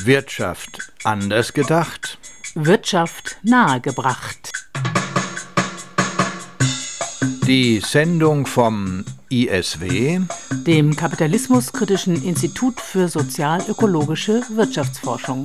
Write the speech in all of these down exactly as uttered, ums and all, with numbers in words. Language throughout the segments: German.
Wirtschaft anders gedacht. Wirtschaft nahegebracht. Die Sendung vom I S W, dem Kapitalismuskritischen Institut für sozial-ökologische Wirtschaftsforschung.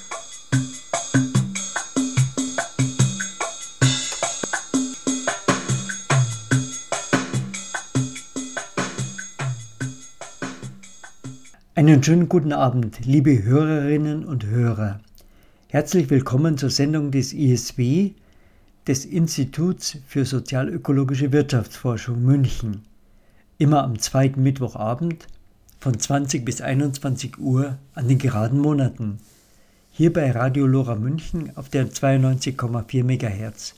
Einen schönen guten Abend, liebe Hörerinnen und Hörer. Herzlich willkommen zur Sendung des I S W, des Instituts für sozial-ökologische Wirtschaftsforschung München. Immer am zweiten Mittwochabend von zwanzig bis einundzwanzig Uhr an den geraden Monaten. Hier bei Radio Lora München auf der zweiundneunzig Komma vier Megahertz.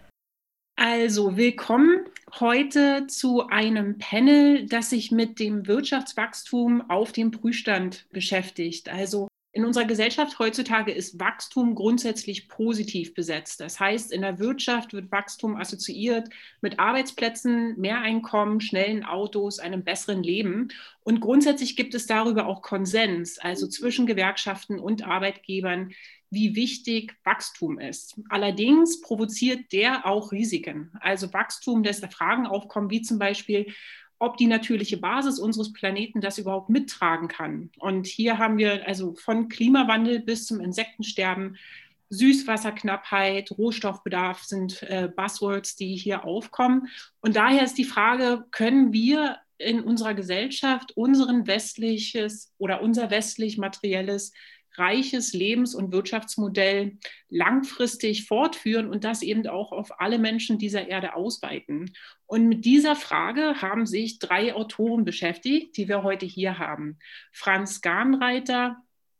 Also willkommen heute zu einem Panel, das sich mit dem Wirtschaftswachstum auf dem Prüfstand beschäftigt. Also in unserer Gesellschaft heutzutage ist Wachstum grundsätzlich positiv besetzt. Das heißt, in der Wirtschaft wird Wachstum assoziiert mit Arbeitsplätzen, Mehreinkommen, schnellen Autos, einem besseren Leben. Und grundsätzlich gibt es darüber auch Konsens, also zwischen Gewerkschaften und Arbeitgebern, wie wichtig Wachstum ist. Allerdings provoziert der auch Risiken. Also Wachstum lässt da Fragen aufkommen, wie zum Beispiel, ob die natürliche Basis unseres Planeten das überhaupt mittragen kann. Und hier haben wir also von Klimawandel bis zum Insektensterben, Süßwasserknappheit, Rohstoffbedarf sind äh, Buzzwords, die hier aufkommen. Und daher ist die Frage, können wir in unserer Gesellschaft unseren westliches oder unser westlich materielles reiches Lebens- und Wirtschaftsmodell langfristig fortführen und das eben auch auf alle Menschen dieser Erde ausweiten. Und mit dieser Frage haben sich drei Autoren beschäftigt, die wir heute hier haben. Franz Garnreiter,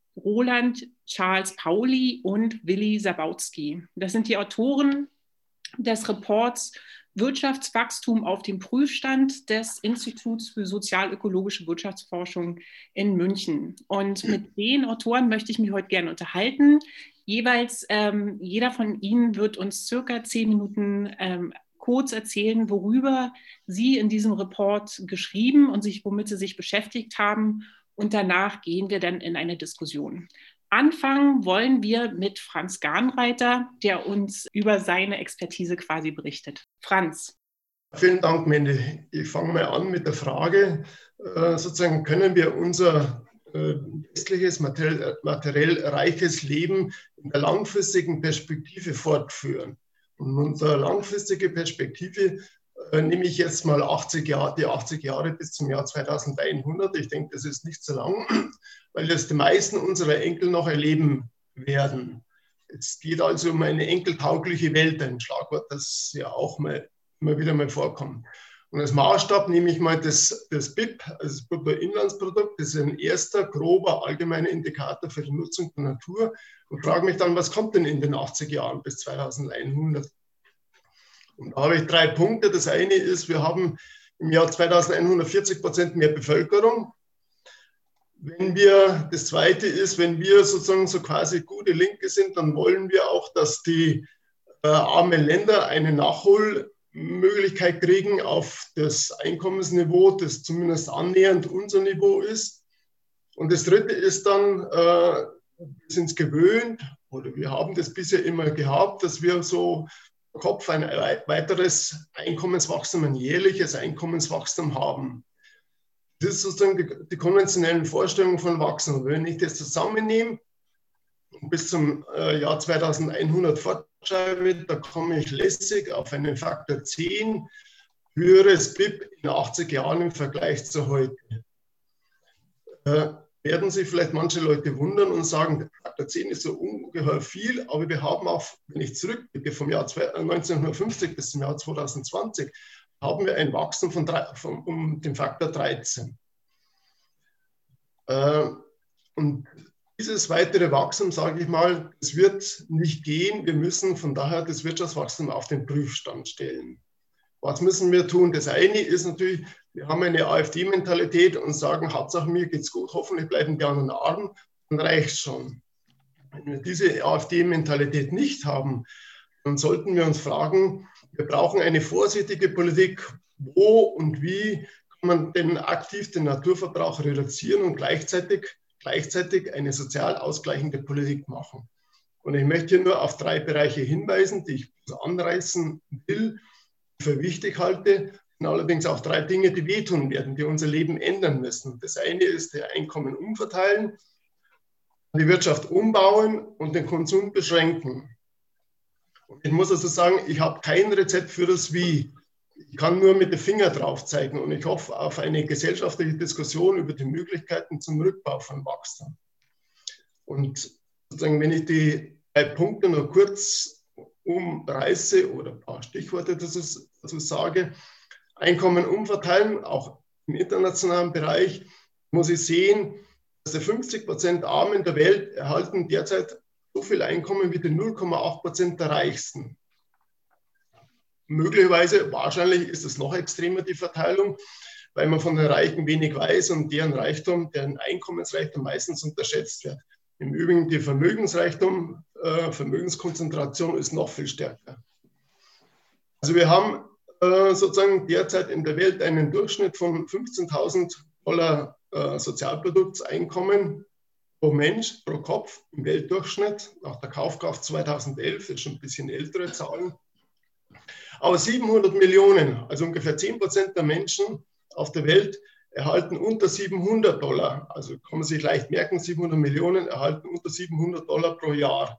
Roland Charles Pauli und Willi Sabautski. Das sind die Autoren des Reports Wirtschaftswachstum auf dem Prüfstand des Instituts für sozial-ökologische Wirtschaftsforschung in München. Und mit den Autoren möchte ich mich heute gerne unterhalten. Jeweils ähm, jeder von Ihnen wird uns circa zehn Minuten ähm, kurz erzählen, worüber Sie in diesem Report geschrieben und sich, womit Sie sich beschäftigt haben. Und danach gehen wir dann in eine Diskussion. Anfangen wollen wir mit Franz Garnreiter, der uns über seine Expertise quasi berichtet. Franz. Vielen Dank, Mende. Ich fange mal an mit der Frage, äh, sozusagen, können wir unser äh, westliches, materiell, materiell reiches Leben in der langfristigen Perspektive fortführen? Und unter langfristige Perspektive äh, nehme ich jetzt mal achtzig Jahre, die achtzig Jahre bis zum Jahr zweitausendeinhundert. Ich denke, das ist nicht so lang, weil das die meisten unserer Enkel noch erleben werden. Es geht also um eine enkeltaugliche Welt, ein Schlagwort, das ja auch mal, immer wieder mal vorkommt. Und als Maßstab nehme ich mal das, das B I P, also das Bruttoinlandsprodukt, das ist ein erster, grober, allgemeiner Indikator für die Nutzung der Natur und frage mich dann, was kommt denn in den achtzig Jahren bis zweitausendeinhundert? Und da habe ich drei Punkte. Das eine ist, wir haben im Jahr zweitausendeinhundert vierzig Prozent mehr Bevölkerung. Wenn wir, das Zweite ist, wenn wir sozusagen so quasi gute Linke sind, dann wollen wir auch, dass die äh, armen Länder eine Nachholmöglichkeit kriegen auf das Einkommensniveau, das zumindest annähernd unser Niveau ist. Und das Dritte ist dann, äh, wir sind es gewöhnt, oder wir haben das bisher immer gehabt, dass wir so pro Kopf ein weiteres Einkommenswachstum, ein jährliches Einkommenswachstum haben. Das ist sozusagen die, die konventionellen Vorstellungen von Wachstum. Wenn ich das zusammennehme und bis zum äh, Jahr zweitausendeinhundert fortschreibe, da komme ich lässig auf einen Faktor zehn höheres B I P in achtzig Jahren im Vergleich zu heute. Äh, werden sich vielleicht manche Leute wundern und sagen, Faktor zehn ist so ungeheuer viel, aber wir haben auch, wenn ich zurückblicke vom Jahr neunzehnhundertfünfzig bis zum Jahr zweitausendzwanzig, haben wir ein Wachstum von, drei, von um den Faktor dreizehn. Äh, und dieses weitere Wachstum, sage ich mal, es wird nicht gehen. Wir müssen von daher das Wirtschaftswachstum auf den Prüfstand stellen. Was müssen wir tun? Das eine ist natürlich, wir haben eine AfD-Mentalität und sagen, Hauptsache mir geht's gut, hoffentlich bleiben die anderen arm, dann reicht es schon. Wenn wir diese AfD-Mentalität nicht haben, dann sollten wir uns fragen, wir brauchen eine vorsichtige Politik. Wo und wie kann man denn aktiv den Naturverbrauch reduzieren und gleichzeitig gleichzeitig eine sozial ausgleichende Politik machen. Und ich möchte hier nur auf drei Bereiche hinweisen, die ich anreißen will, für wichtig halte, und allerdings auch drei Dinge, die wehtun werden, die unser Leben ändern müssen. Das eine ist der Einkommen umverteilen, die Wirtschaft umbauen und den Konsum beschränken. Und ich muss also sagen, ich habe kein Rezept für das Wie. Ich kann nur mit dem Finger drauf zeigen und ich hoffe auf eine gesellschaftliche Diskussion über die Möglichkeiten zum Rückbau von Wachstum. Und sozusagen, wenn ich die drei Punkte nur kurz umreiße oder ein paar Stichworte dazu, dazu sage, Einkommen umverteilen, auch im internationalen Bereich, muss ich sehen, dass die fünfzig Prozent Armen der Welt erhalten derzeit so viel Einkommen wie die null Komma acht Prozent der Reichsten. Möglicherweise, wahrscheinlich ist es noch extremer, die Verteilung, weil man von den Reichen wenig weiß und deren Reichtum, deren Einkommensreichtum meistens unterschätzt wird. Im Übrigen die Vermögensreichtum, äh, Vermögenskonzentration ist noch viel stärker. Also wir haben äh, sozusagen derzeit in der Welt einen Durchschnitt von fünfzehntausend Dollar äh, Sozialproduktseinkommen pro Mensch, pro Kopf im Weltdurchschnitt. Nach der Kaufkraft zweitausendelf, das ist schon ein bisschen ältere Zahlen. Aber siebenhundert Millionen, also ungefähr zehn Prozent der Menschen auf der Welt, erhalten unter siebenhundert Dollar. Also kann man sich leicht merken, siebenhundert Millionen erhalten unter siebenhundert Dollar pro Jahr.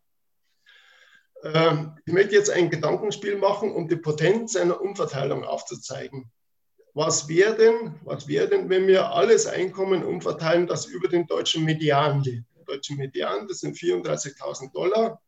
Ähm, ich möchte jetzt ein Gedankenspiel machen, um die Potenz einer Umverteilung aufzuzeigen. Was wäre denn, was wäre denn, wenn wir alles Einkommen umverteilen, das über den deutschen Median liegt? Der deutsche Median, das sind vierunddreißigtausend Dollar.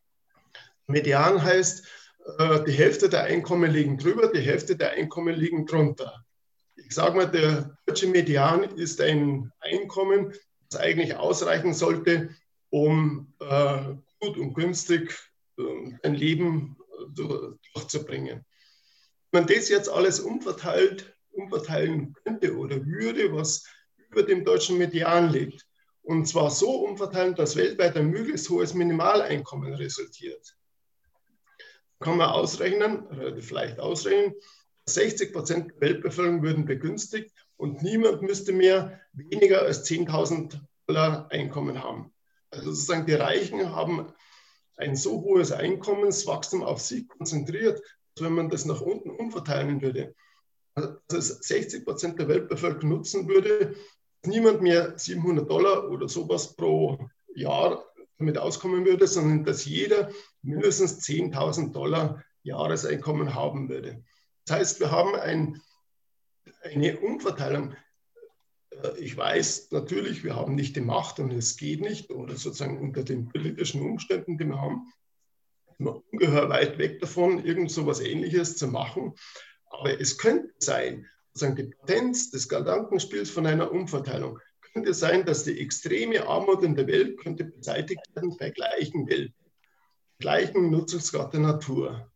Median heißt, die Hälfte der Einkommen liegen drüber, die Hälfte der Einkommen liegen drunter. Ich sage mal, der deutsche Median ist ein Einkommen, das eigentlich ausreichen sollte, um äh, gut und günstig äh, ein Leben äh, durchzubringen. Wenn man das jetzt alles umverteilt, umverteilen könnte oder würde, was über dem deutschen Median liegt, und zwar so umverteilen, dass weltweit ein möglichst hohes Minimaleinkommen resultiert, kann man ausrechnen, relativ leicht ausrechnen, sechzig Prozent der Weltbevölkerung würden begünstigt und niemand müsste mehr weniger als zehntausend Dollar Einkommen haben. Also sozusagen die Reichen haben ein so hohes Einkommenswachstum auf sich konzentriert, dass wenn man das nach unten umverteilen würde, also sechzig Prozent der Weltbevölkerung nutzen würde, niemand mehr siebenhundert Dollar oder sowas pro Jahr damit auskommen würde, sondern dass jeder mindestens zehntausend Dollar Jahreseinkommen haben würde. Das heißt, wir haben ein, eine Umverteilung. Ich weiß natürlich, wir haben nicht die Macht und es geht nicht, oder sozusagen unter den politischen Umständen, die wir haben, sind wir ungeheuer weit weg davon, irgend so etwas Ähnliches zu machen. Aber es könnte sein, sozusagen die Potenz des Gedankenspiels von einer Umverteilung könnte sein, dass die extreme Armut in der Welt könnte beseitigt werden bei gleichen Welt, gleichen Nutzungsgrad der Natur.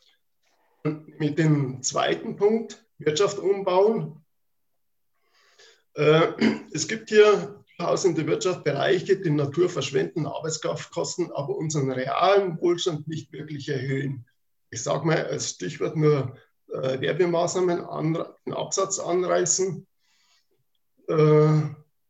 Und mit dem zweiten Punkt, Wirtschaft umbauen. Äh, es gibt hier durchaus in der Wirtschaft Bereiche, die Natur verschwenden, Arbeitskraft kosten, aber unseren realen Wohlstand nicht wirklich erhöhen. Ich sage mal als Stichwort nur äh, Werbemaßnahmen, an, den Absatz anreißen. Äh,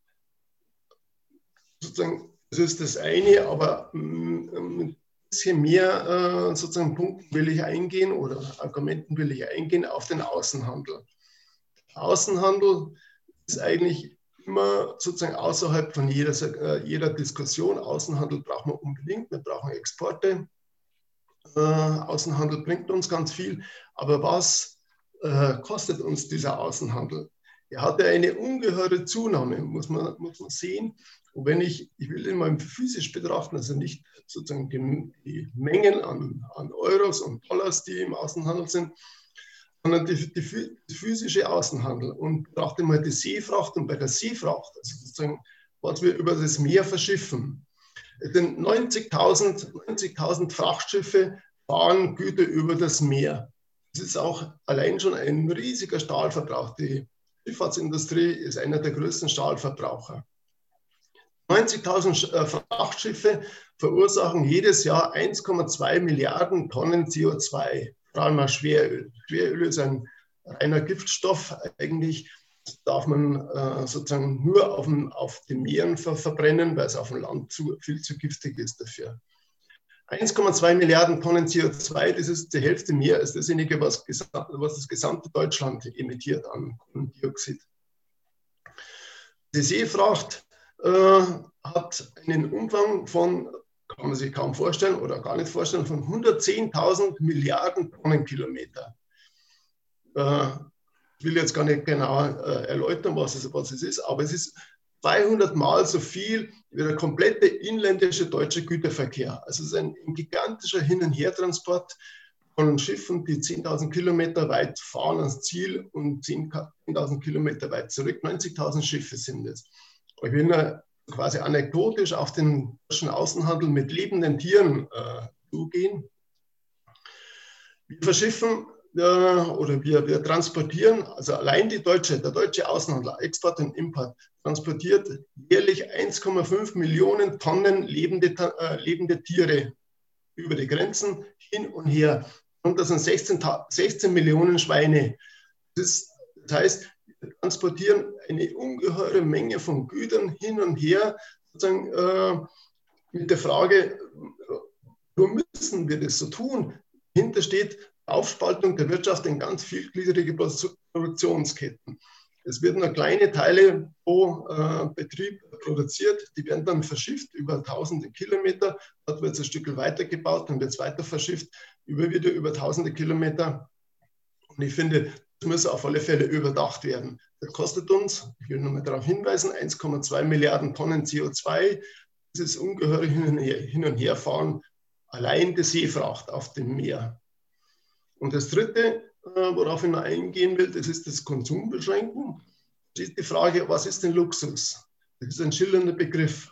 sozusagen, das ist das eine, aber ein bisschen mehr äh, sozusagen Punkten will ich eingehen oder Argumenten will ich eingehen auf den Außenhandel. Der Außenhandel ist eigentlich immer sozusagen außerhalb von jeder, äh, jeder Diskussion. Außenhandel brauchen wir unbedingt, wir brauchen Exporte. Äh, Außenhandel bringt uns ganz viel, aber was äh, kostet uns dieser Außenhandel? Er hatte eine ungeheure Zunahme, muss man, muss man sehen. Und wenn ich, ich will ihn mal physisch betrachten, also nicht sozusagen die, die Mengen an, an Euros und Dollars, die im Außenhandel sind, sondern die, die, die physische Außenhandel. Und betrachte mal die Seefracht und bei der Seefracht, also sozusagen, was wir über das Meer verschiffen. Denn neunzigtausend Frachtschiffe fahren Güter über das Meer. Das ist auch allein schon ein riesiger Stahlverbrauch. Die Schifffahrtsindustrie ist einer der größten Stahlverbraucher. neunzigtausend Frachtschiffe verursachen jedes Jahr eins Komma zwei Milliarden Tonnen C O zwei, vor allem auch Schweröl. Schweröl ist ein reiner Giftstoff eigentlich. Das darf man äh, sozusagen nur auf, dem, auf den Meeren ver verbrennen, weil es auf dem Land zu, viel zu giftig ist dafür. eins Komma zwei Milliarden Tonnen C O zwei, das ist die Hälfte mehr als dasjenige, was, was das gesamte Deutschland emittiert an Kohlendioxid. Die Seefracht äh, hat einen Umfang von, kann man sich kaum vorstellen oder gar nicht vorstellen, von hundertzehntausend Milliarden Tonnenkilometer. Äh, ich will jetzt gar nicht genau äh, erläutern, was es, was es ist, aber es ist zweihundert Mal so viel wie der komplette inländische deutsche Güterverkehr. Also es ist ein, ein gigantischer Hin- und Hertransport von Schiffen, die zehntausend Kilometer weit fahren ans Ziel und zehntausend Kilometer weit zurück. neunzigtausend Schiffe sind es. Ich will nur quasi anekdotisch auf den deutschen Außenhandel mit lebenden Tieren äh, zugehen. Wir verschiffen oder wir, wir transportieren, also allein die deutsche, der deutsche Außenhandel, Export und Import, transportiert jährlich eins Komma fünf Millionen Tonnen lebende, äh, lebende Tiere über die Grenzen hin und her. Und das sind sechzehn, sechzehn Millionen Schweine. Das, ist, das heißt, wir transportieren eine ungeheure Menge von Gütern hin und her, sozusagen äh, mit der Frage, warum müssen wir das so tun? Dahinter steht Aufspaltung der Wirtschaft in ganz vielgliedrige Produktionsketten. Es werden nur kleine Teile pro äh, Betrieb produziert, die werden dann verschifft über tausende Kilometer, dort wird es ein Stück weitergebaut, dann wird es weiter verschifft, über wieder über tausende Kilometer. Und ich finde, das muss auf alle Fälle überdacht werden. Das kostet uns, ich will nur mal darauf hinweisen, eins Komma zwei Milliarden Tonnen C O zwei, dieses ungeheure Hin- und Her- Hin- und Herfahren, allein die Seefracht auf dem Meer. Und das Dritte, worauf ich noch eingehen will, das ist das Konsumbeschränken. Das ist die Frage, was ist denn Luxus? Das ist ein schillernder Begriff.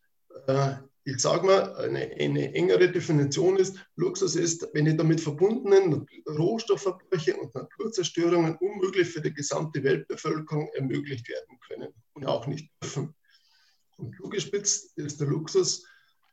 Ich sage mal, eine, eine engere Definition ist, Luxus ist, wenn die damit verbundenen Rohstoffverbrüche und Naturzerstörungen unmöglich für die gesamte Weltbevölkerung ermöglicht werden können und auch nicht dürfen. Und zugespitzt ist der Luxus,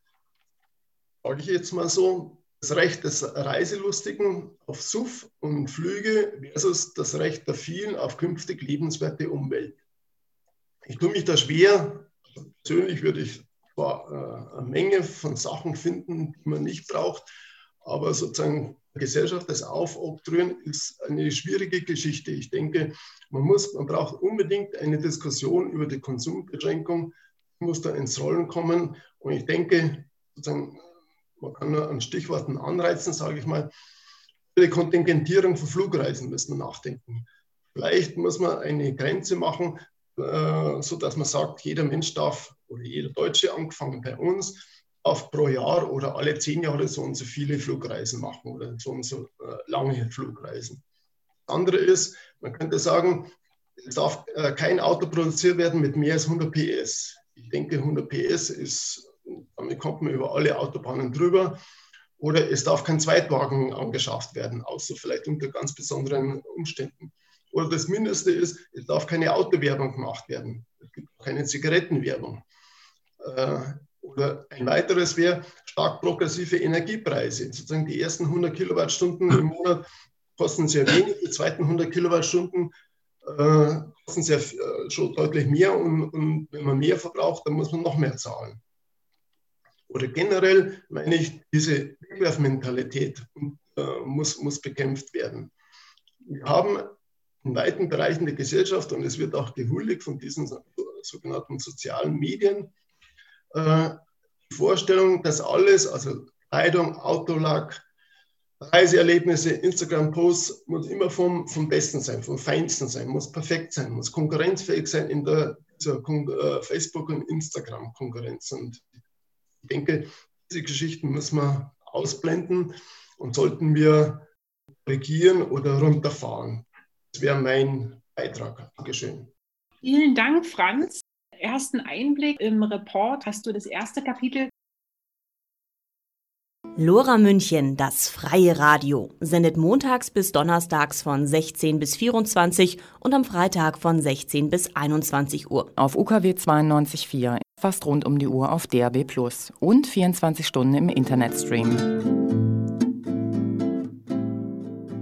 sage ich jetzt mal so, das Recht des Reiselustigen auf Suff und Flüge versus das Recht der vielen auf künftig lebenswerte Umwelt. Ich tue mich da schwer. Persönlich würde ich zwar äh, eine Menge von Sachen finden, die man nicht braucht, aber sozusagen der Gesellschaft das Aufoktroyieren ist eine schwierige Geschichte. Ich denke, man muss, man braucht unbedingt eine Diskussion über die Konsumbeschränkung, die muss da ins Rollen kommen. Und ich denke, sozusagen, man kann nur an Stichworten anreizen, sage ich mal, über die Kontingentierung von Flugreisen müssen wir nachdenken. Vielleicht muss man eine Grenze machen, äh, sodass man sagt, jeder Mensch darf, oder jeder Deutsche, angefangen bei uns, darf pro Jahr oder alle zehn Jahre so und so viele Flugreisen machen oder so und so äh, lange Flugreisen. Das andere ist, man könnte sagen, es darf äh, kein Auto produziert werden mit mehr als hundert P S. Ich denke, hundert P S ist... Damit kommt man über alle Autobahnen drüber. Oder es darf kein Zweitwagen angeschafft werden, außer vielleicht unter ganz besonderen Umständen. Oder das Mindeste ist, es darf keine Autowerbung gemacht werden. Es gibt keine Zigarettenwerbung. Oder ein weiteres wäre stark progressive Energiepreise. Sozusagen die ersten hundert Kilowattstunden im Monat kosten sehr wenig, die zweiten hundert Kilowattstunden kosten sehr, schon deutlich mehr. Und, und wenn man mehr verbraucht, dann muss man noch mehr zahlen. Oder generell meine ich, diese Wegwerfmentalität äh, muss, muss bekämpft werden. Wir haben in weiten Bereichen der Gesellschaft, und es wird auch gehuldigt von diesen sogenannten sozialen Medien, äh, die Vorstellung, dass alles, also Kleidung, Autolack, Reiseerlebnisse, Instagram-Posts, muss immer vom, vom Besten sein, vom Feinsten sein, muss perfekt sein, muss konkurrenzfähig sein in der, dieser äh, Facebook- und Instagram-Konkurrenz. Und ich denke, diese Geschichten müssen wir ausblenden und sollten wir korrigieren oder runterfahren. Das wäre mein Beitrag. Dankeschön. Vielen Dank, Franz. Ersten Einblick im Report hast du das erste Kapitel. Lora München, das freie Radio, sendet montags bis donnerstags von sechzehn bis vierundzwanzig und am Freitag von sechzehn bis einundzwanzig Uhr. Auf U K W zweiundneunzig Komma vier, fast rund um die Uhr auf D A B plus und vierundzwanzig Stunden im Internetstream.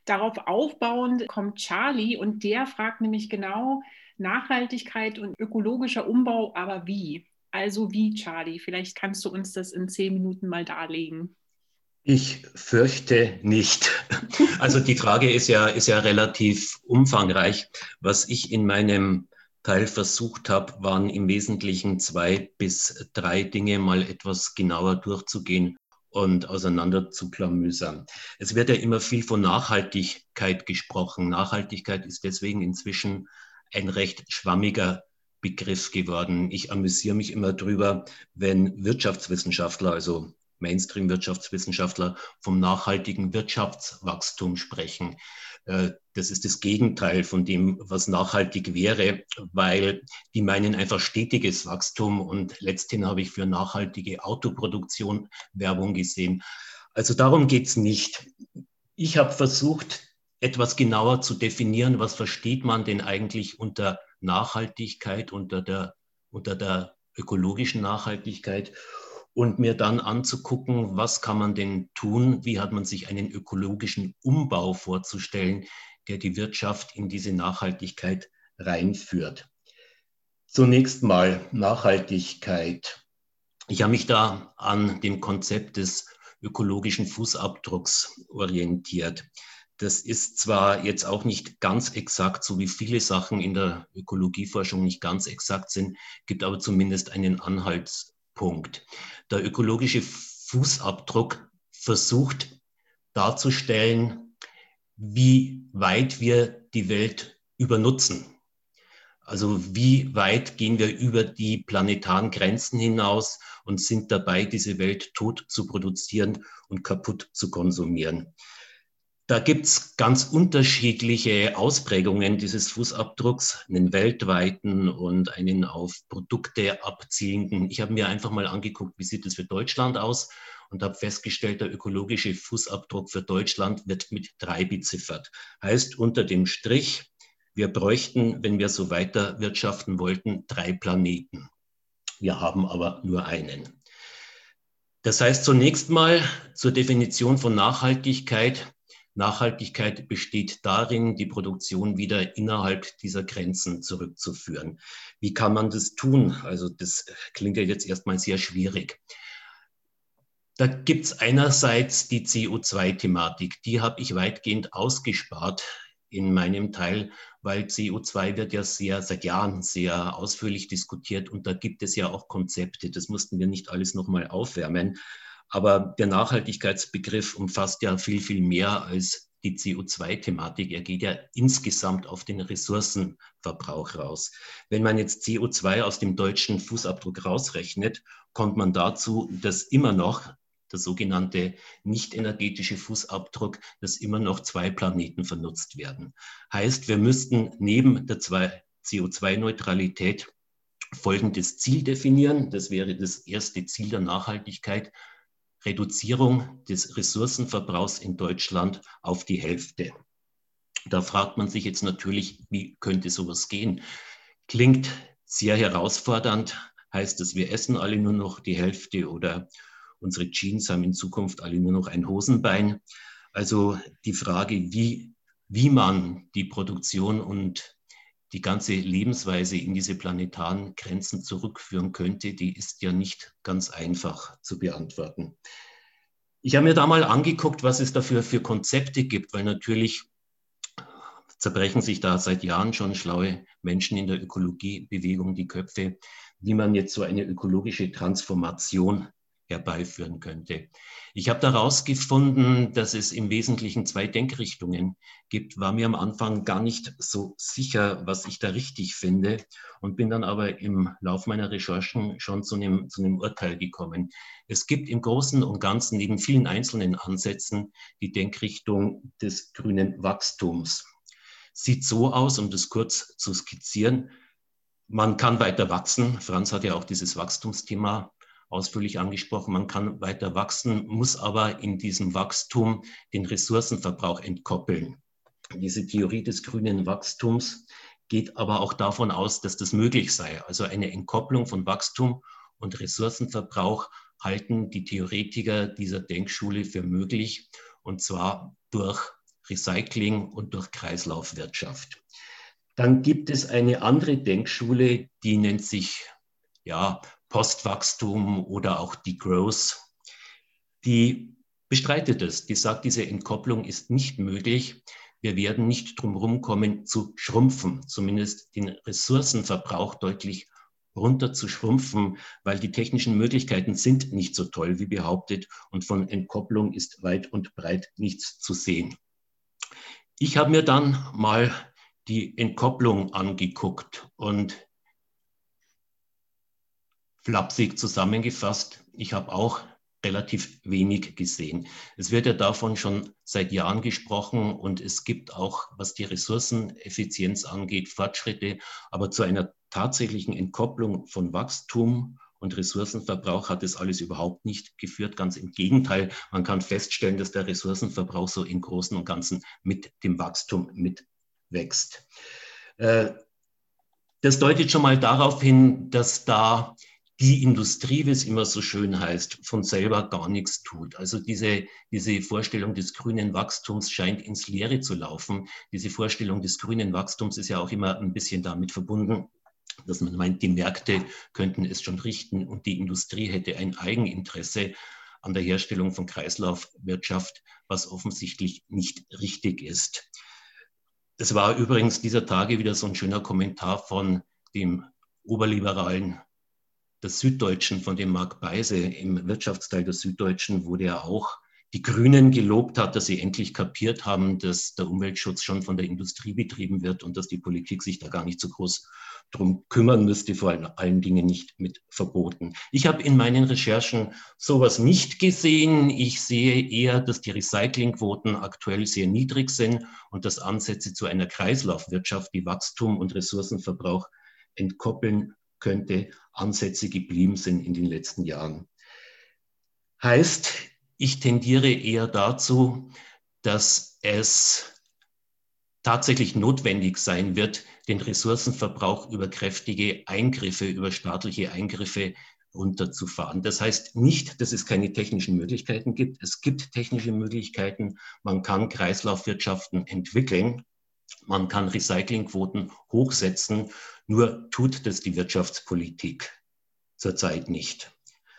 Darauf aufbauend kommt Charlie und der fragt nämlich genau Nachhaltigkeit und ökologischer Umbau, aber wie? Also wie, Charlie? Vielleicht kannst du uns das in zehn Minuten mal darlegen. Ich fürchte nicht. Also die Frage ist ja, ist ja relativ umfangreich. Was ich in meinem Teil versucht habe, waren im Wesentlichen zwei bis drei Dinge mal etwas genauer durchzugehen und auseinander zu klamüsern. Es wird ja immer viel von Nachhaltigkeit gesprochen. Nachhaltigkeit ist deswegen inzwischen ein recht schwammiger Begriff geworden. Ich amüsiere mich immer drüber, wenn Wirtschaftswissenschaftler, also Mainstream-Wirtschaftswissenschaftler, vom nachhaltigen Wirtschaftswachstum sprechen. Das ist das Gegenteil von dem, was nachhaltig wäre, weil die meinen einfach stetiges Wachstum und letzthin habe ich für nachhaltige Autoproduktion Werbung gesehen. Also darum geht es nicht. Ich habe versucht, etwas genauer zu definieren, was versteht man denn eigentlich unter Nachhaltigkeit, unter der, unter der ökologischen Nachhaltigkeit und mir dann anzugucken, was kann man denn tun, wie hat man sich einen ökologischen Umbau vorzustellen, der die Wirtschaft in diese Nachhaltigkeit reinführt. Zunächst mal Nachhaltigkeit. Ich habe mich da an dem Konzept des ökologischen Fußabdrucks orientiert. Das ist zwar jetzt auch nicht ganz exakt, so wie viele Sachen in der Ökologieforschung nicht ganz exakt sind, gibt aber zumindest einen Anhaltspunkt. Der ökologische Fußabdruck versucht darzustellen, wie weit wir die Welt übernutzen. Also wie weit gehen wir über die planetaren Grenzen hinaus und sind dabei, diese Welt tot zu produzieren und kaputt zu konsumieren. Da gibt es ganz unterschiedliche Ausprägungen dieses Fußabdrucks, einen weltweiten und einen auf Produkte abzielenden. Ich habe mir einfach mal angeguckt, wie sieht es für Deutschland aus und habe festgestellt, der ökologische Fußabdruck für Deutschland wird mit drei beziffert. Heißt unter dem Strich, wir bräuchten, wenn wir so weiter wirtschaften wollten, drei Planeten. Wir haben aber nur einen. Das heißt zunächst mal zur Definition von Nachhaltigkeit. Nachhaltigkeit besteht darin, die Produktion wieder innerhalb dieser Grenzen zurückzuführen. Wie kann man das tun? Also das klingt ja jetzt erstmal sehr schwierig. Da gibt es einerseits die C O zwei Thematik. Die habe ich weitgehend ausgespart in meinem Teil, weil C O zwei wird ja sehr, seit Jahren sehr ausführlich diskutiert und da gibt es ja auch Konzepte. Das mussten wir nicht alles nochmal aufwärmen. Aber der Nachhaltigkeitsbegriff umfasst ja viel, viel mehr als die C O zwei Thematik. Er geht ja insgesamt auf den Ressourcenverbrauch raus. Wenn man jetzt C O zwei aus dem deutschen Fußabdruck rausrechnet, kommt man dazu, dass immer noch der sogenannte nicht energetische Fußabdruck, dass immer noch zwei Planeten vernutzt werden. Heißt, wir müssten neben der C O zwei Neutralität folgendes Ziel definieren. Das wäre das erste Ziel der Nachhaltigkeit. Reduzierung des Ressourcenverbrauchs in Deutschland auf die Hälfte. Da fragt man sich jetzt natürlich, wie könnte sowas gehen? Klingt sehr herausfordernd. Heißt das, wir essen alle nur noch die Hälfte oder unsere Jeans haben in Zukunft alle nur noch ein Hosenbein? Also die Frage, wie, wie man die Produktion und die ganze Lebensweise in diese planetaren Grenzen zurückführen könnte, die ist ja nicht ganz einfach zu beantworten. Ich habe mir da mal angeguckt, was es dafür für Konzepte gibt, weil natürlich zerbrechen sich da seit Jahren schon schlaue Menschen in der Ökologiebewegung die Köpfe, wie man jetzt so eine ökologische Transformation herbeiführen könnte. Ich habe daraus gefunden, dass es im Wesentlichen zwei Denkrichtungen gibt, war mir am Anfang gar nicht so sicher, was ich da richtig finde und bin dann aber im Lauf meiner Recherchen schon zu einem, zu einem Urteil gekommen. Es gibt im Großen und Ganzen neben vielen einzelnen Ansätzen die Denkrichtung des grünen Wachstums. Sieht so aus, um das kurz zu skizzieren, man kann weiter wachsen. Franz hat ja auch dieses Wachstumsthema ausführlich angesprochen. Man kann weiter wachsen, muss aber in diesem Wachstum den Ressourcenverbrauch entkoppeln. Diese Theorie des grünen Wachstums geht aber auch davon aus, dass das möglich sei. Also eine Entkopplung von Wachstum und Ressourcenverbrauch halten die Theoretiker dieser Denkschule für möglich, und zwar durch Recycling und durch Kreislaufwirtschaft. Dann gibt es eine andere Denkschule, die nennt sich ja, Postwachstum oder auch Degrowth. Die bestreitet es. Die sagt, diese Entkopplung ist nicht möglich. Wir werden nicht drum herum kommen zu schrumpfen, zumindest den Ressourcenverbrauch deutlich runter zu schrumpfen, weil die technischen Möglichkeiten sind nicht so toll wie behauptet und von Entkopplung ist weit und breit nichts zu sehen. Ich habe mir dann mal die Entkopplung angeguckt und flapsig zusammengefasst, ich habe auch relativ wenig gesehen. Es wird ja davon schon seit Jahren gesprochen und es gibt auch, was die Ressourceneffizienz angeht, Fortschritte, aber zu einer tatsächlichen Entkopplung von Wachstum und Ressourcenverbrauch hat es alles überhaupt nicht geführt. Ganz im Gegenteil, man kann feststellen, dass der Ressourcenverbrauch so im Großen und Ganzen mit dem Wachstum mitwächst. Das deutet schon mal darauf hin, dass da die Industrie, wie es immer so schön heißt, von selber gar nichts tut. Also diese, diese Vorstellung des grünen Wachstums scheint ins Leere zu laufen. Diese Vorstellung des grünen Wachstums ist ja auch immer ein bisschen damit verbunden, dass man meint, die Märkte könnten es schon richten und die Industrie hätte ein Eigeninteresse an der Herstellung von Kreislaufwirtschaft, was offensichtlich nicht richtig ist. Es war übrigens dieser Tage wieder so ein schöner Kommentar von dem Oberliberalen der Süddeutschen, von dem Marc Beise im Wirtschaftsteil der Süddeutschen, wo der auch die Grünen gelobt hat, dass sie endlich kapiert haben, dass der Umweltschutz schon von der Industrie betrieben wird und dass die Politik sich da gar nicht so groß drum kümmern müsste, vor allen Dingen nicht mit Verboten. Ich habe in meinen Recherchen sowas nicht gesehen. Ich sehe eher, dass die Recyclingquoten aktuell sehr niedrig sind und dass Ansätze zu einer Kreislaufwirtschaft, die Wachstum und Ressourcenverbrauch entkoppeln könnte, Ansätze geblieben sind in den letzten Jahren. Heißt, ich tendiere eher dazu, dass es tatsächlich notwendig sein wird, den Ressourcenverbrauch über kräftige Eingriffe, über staatliche Eingriffe runterzufahren. Das heißt nicht, dass es keine technischen Möglichkeiten gibt. Es gibt technische Möglichkeiten. Man kann Kreislaufwirtschaften entwickeln. Man kann Recyclingquoten hochsetzen, nur tut das die Wirtschaftspolitik zurzeit nicht.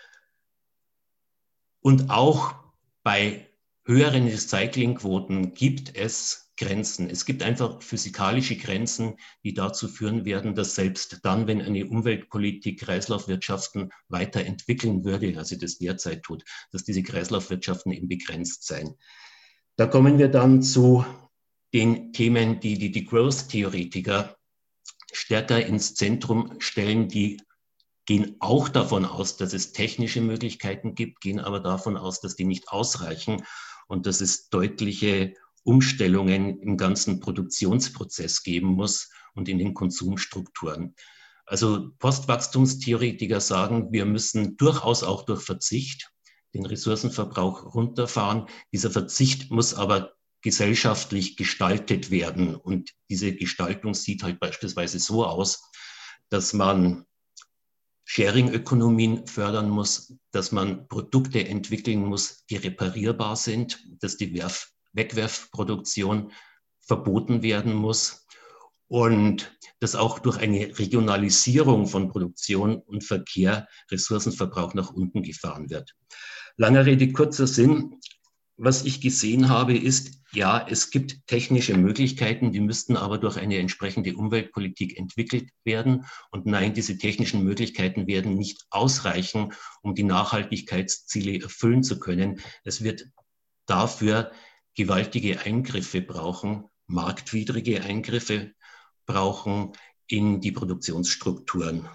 Und auch bei höheren Recyclingquoten gibt es Grenzen. Es gibt einfach physikalische Grenzen, die dazu führen werden, dass selbst dann, wenn eine Umweltpolitik Kreislaufwirtschaften weiterentwickeln würde, also das derzeit tut, dass diese Kreislaufwirtschaften eben begrenzt seien. Da kommen wir dann zu den Themen, die die Degrowth-Theoretiker stärker ins Zentrum stellen. Die gehen auch davon aus, dass es technische Möglichkeiten gibt, gehen aber davon aus, dass die nicht ausreichen und dass es deutliche Umstellungen im ganzen Produktionsprozess geben muss und in den Konsumstrukturen. Also Postwachstumstheoretiker sagen, wir müssen durchaus auch durch Verzicht den Ressourcenverbrauch runterfahren. Dieser Verzicht muss aber gesellschaftlich gestaltet werden. Und diese Gestaltung sieht halt beispielsweise so aus, dass man Sharing-Ökonomien fördern muss, dass man Produkte entwickeln muss, die reparierbar sind, dass die Werf- Wegwerfproduktion verboten werden muss und dass auch durch eine Regionalisierung von Produktion und Verkehr Ressourcenverbrauch nach unten gefahren wird. Langer Rede, kurzer Sinn. Was ich gesehen habe, ist, ja, es gibt technische Möglichkeiten, die müssten aber durch eine entsprechende Umweltpolitik entwickelt werden. Und nein, diese technischen Möglichkeiten werden nicht ausreichen, um die Nachhaltigkeitsziele erfüllen zu können. Es wird dafür gewaltige Eingriffe brauchen, marktwidrige Eingriffe brauchen in die Produktionsstrukturen.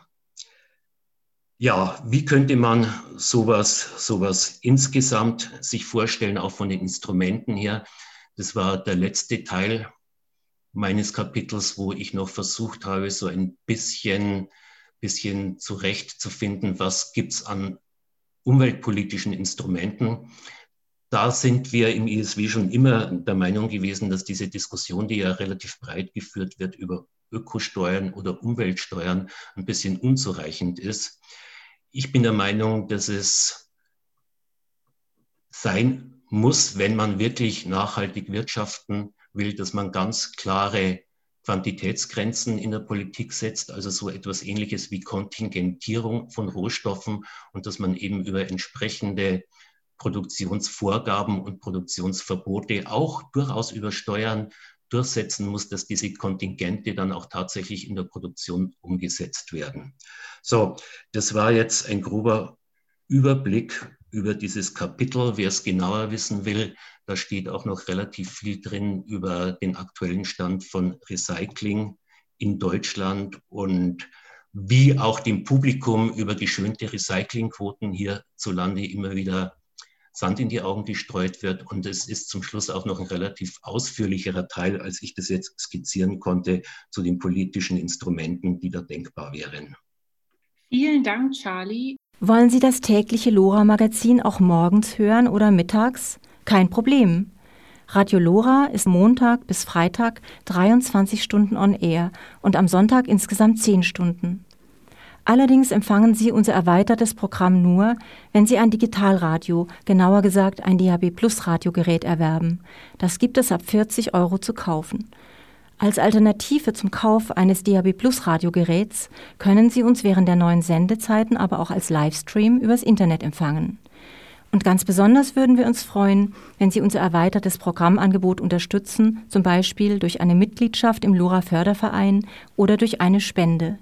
Ja, wie könnte man sowas, sowas insgesamt sich vorstellen, auch von den Instrumenten her? Das war der letzte Teil meines Kapitels, wo ich noch versucht habe, so ein bisschen, bisschen zurechtzufinden, was gibt es an umweltpolitischen Instrumenten. Da sind wir im I S W schon immer der Meinung gewesen, dass diese Diskussion, die ja relativ breit geführt wird über Ökosteuern oder Umweltsteuern, ein bisschen unzureichend ist. Ich bin der Meinung, dass es sein muss, wenn man wirklich nachhaltig wirtschaften will, dass man ganz klare Quantitätsgrenzen in der Politik setzt, also so etwas Ähnliches wie Kontingentierung von Rohstoffen und dass man eben über entsprechende Produktionsvorgaben und Produktionsverbote auch durchaus über Steuern durchsetzen muss, dass diese Kontingente dann auch tatsächlich in der Produktion umgesetzt werden. So, das war jetzt ein grober Überblick über dieses Kapitel. Wer es genauer wissen will, da steht auch noch relativ viel drin über den aktuellen Stand von Recycling in Deutschland und wie auch dem Publikum über geschönte Recyclingquoten hierzulande immer wieder Sand in die Augen gestreut wird. Und es ist zum Schluss auch noch ein relativ ausführlicherer Teil, als ich das jetzt skizzieren konnte, zu den politischen Instrumenten, die da denkbar wären. Vielen Dank, Charlie. Wollen Sie das tägliche Lora-Magazin auch morgens hören oder mittags? Kein Problem. Radio Lora ist Montag bis Freitag dreiundzwanzig Stunden on Air und am Sonntag insgesamt zehn Stunden. Allerdings empfangen Sie unser erweitertes Programm nur, wenn Sie ein Digitalradio, genauer gesagt ein D A B Plus Radiogerät erwerben. Das gibt es ab vierzig Euro zu kaufen. Als Alternative zum Kauf eines D A B Plus Radiogeräts können Sie uns während der neuen Sendezeiten aber auch als Livestream übers Internet empfangen. Und ganz besonders würden wir uns freuen, wenn Sie unser erweitertes Programmangebot unterstützen, zum Beispiel durch eine Mitgliedschaft im Lora Förderverein oder durch eine Spende.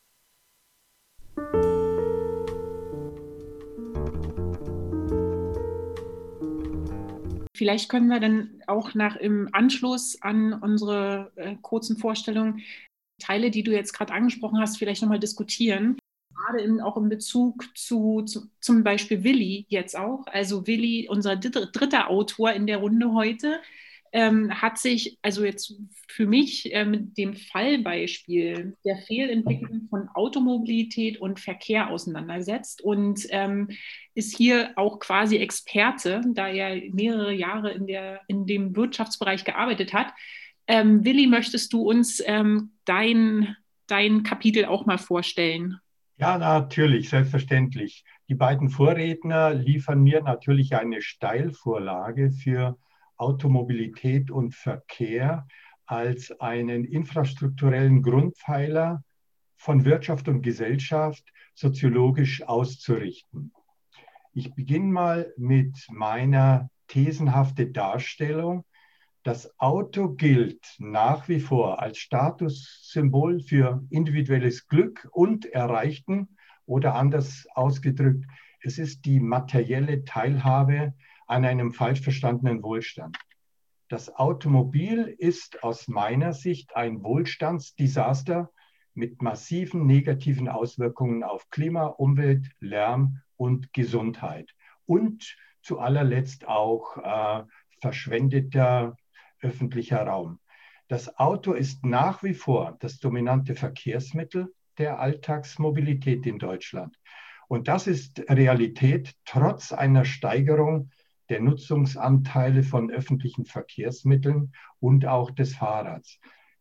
Vielleicht können wir dann auch nach im Anschluss an unsere äh, kurzen Vorstellungen Teile, die du jetzt gerade angesprochen hast, vielleicht nochmal diskutieren. Gerade in, auch in Bezug zu, zu zum Beispiel Willi jetzt auch. Also Willi, unser dritter Autor in der Runde heute, ähm, hat sich also jetzt für mich äh, mit dem Fallbeispiel der Fehlentwicklung von Automobilität und Verkehr auseinandergesetzt und ähm, ist hier auch quasi Experte, da er mehrere Jahre in, der, in dem Wirtschaftsbereich gearbeitet hat. Ähm, Willi, möchtest du uns ähm, dein, dein Kapitel auch mal vorstellen? Ja, natürlich, selbstverständlich. Die beiden Vorredner liefern mir natürlich eine Steilvorlage für Automobilität und Verkehr als einen infrastrukturellen Grundpfeiler von Wirtschaft und Gesellschaft soziologisch auszurichten. Ich beginne mal mit meiner thesenhaften Darstellung. Das Auto gilt nach wie vor als Statussymbol für individuelles Glück und Erreichten oder anders ausgedrückt, es ist die materielle Teilhabe an einem falsch verstandenen Wohlstand. Das Automobil ist aus meiner Sicht ein Wohlstandsdesaster mit massiven negativen Auswirkungen auf Klima, Umwelt, Lärm und Gesundheit und zu allerletzt auch äh, verschwendeter öffentlicher Raum. Das Auto ist nach wie vor das dominante Verkehrsmittel der Alltagsmobilität in Deutschland. Und das ist Realität trotz einer Steigerung der Nutzungsanteile von öffentlichen Verkehrsmitteln und auch des Fahrrads.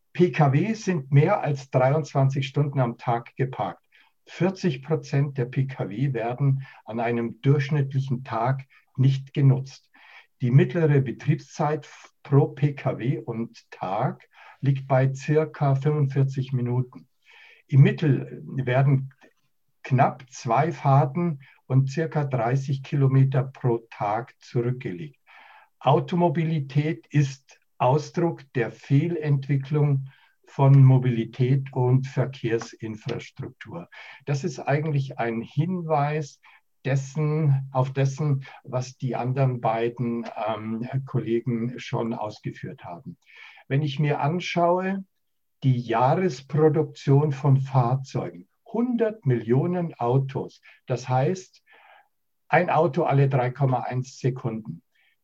Pkw sind mehr als dreiundzwanzig Stunden am Tag geparkt. vierzig Prozent der Pkw werden an einem durchschnittlichen Tag nicht genutzt. Die mittlere Betriebszeit pro Pkw und Tag liegt bei circa fünfundvierzig Minuten. Im Mittel werden knapp zwei Fahrten und circa dreißig Kilometer pro Tag zurückgelegt. Automobilität ist Ausdruck der Fehlentwicklung von Mobilität und Verkehrsinfrastruktur. Das ist eigentlich ein Hinweis dessen, auf dessen, was die anderen beiden ähm, Kollegen schon ausgeführt haben. Wenn ich mir anschaue, die Jahresproduktion von Fahrzeugen, hundert Millionen Autos, das heißt ein Auto alle drei Komma eins Sekunden.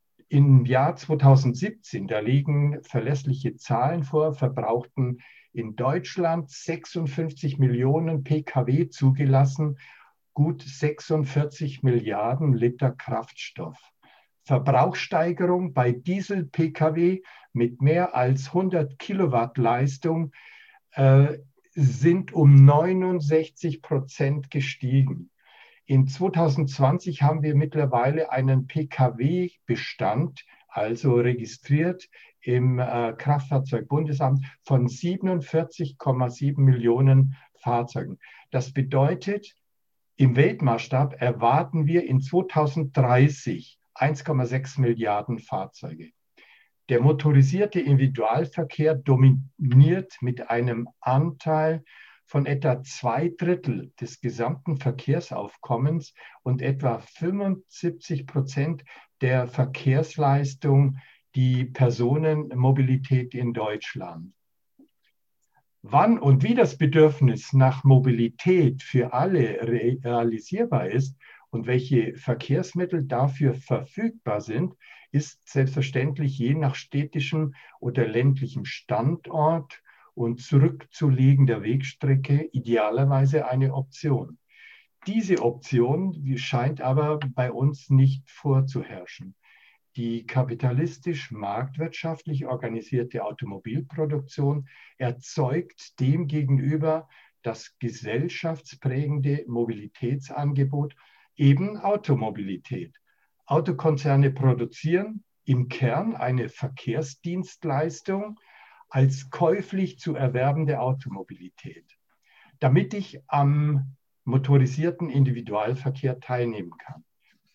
Im Jahr zweitausendsiebzehn, da liegen verlässliche Zahlen vor, verbrauchten in Deutschland sechsundfünfzig Millionen Pkw zugelassen, gut sechsundvierzig Milliarden Liter Kraftstoff. Verbrauchssteigerung bei Diesel-Pkw mit mehr als hundert Kilowatt Leistung äh, sind um neunundsechzig Prozent gestiegen. In zweitausendzwanzig haben wir mittlerweile einen P K W-Bestand, also registriert im äh, Kraftfahrzeugbundesamt, von siebenundvierzig Komma sieben Millionen Fahrzeugen. Das bedeutet, im Weltmaßstab erwarten wir in zweitausenddreißig eins Komma sechs Milliarden Fahrzeuge. Der motorisierte Individualverkehr dominiert mit einem Anteil von etwa zwei Drittel des gesamten Verkehrsaufkommens und etwa fünfundsiebzig Prozent der Verkehrsleistung, die Personenmobilität in Deutschland. Wann und wie das Bedürfnis nach Mobilität für alle realisierbar ist und welche Verkehrsmittel dafür verfügbar sind, ist selbstverständlich je nach städtischem oder ländlichem Standort und zurückzulegender Wegstrecke idealerweise eine Option. Diese Option scheint aber bei uns nicht vorzuherrschen. Die kapitalistisch-marktwirtschaftlich organisierte Automobilproduktion erzeugt demgegenüber das gesellschaftsprägende Mobilitätsangebot, eben Automobilität. Autokonzerne produzieren im Kern eine Verkehrsdienstleistung als käuflich zu erwerbende Automobilität, damit ich am motorisierten Individualverkehr teilnehmen kann.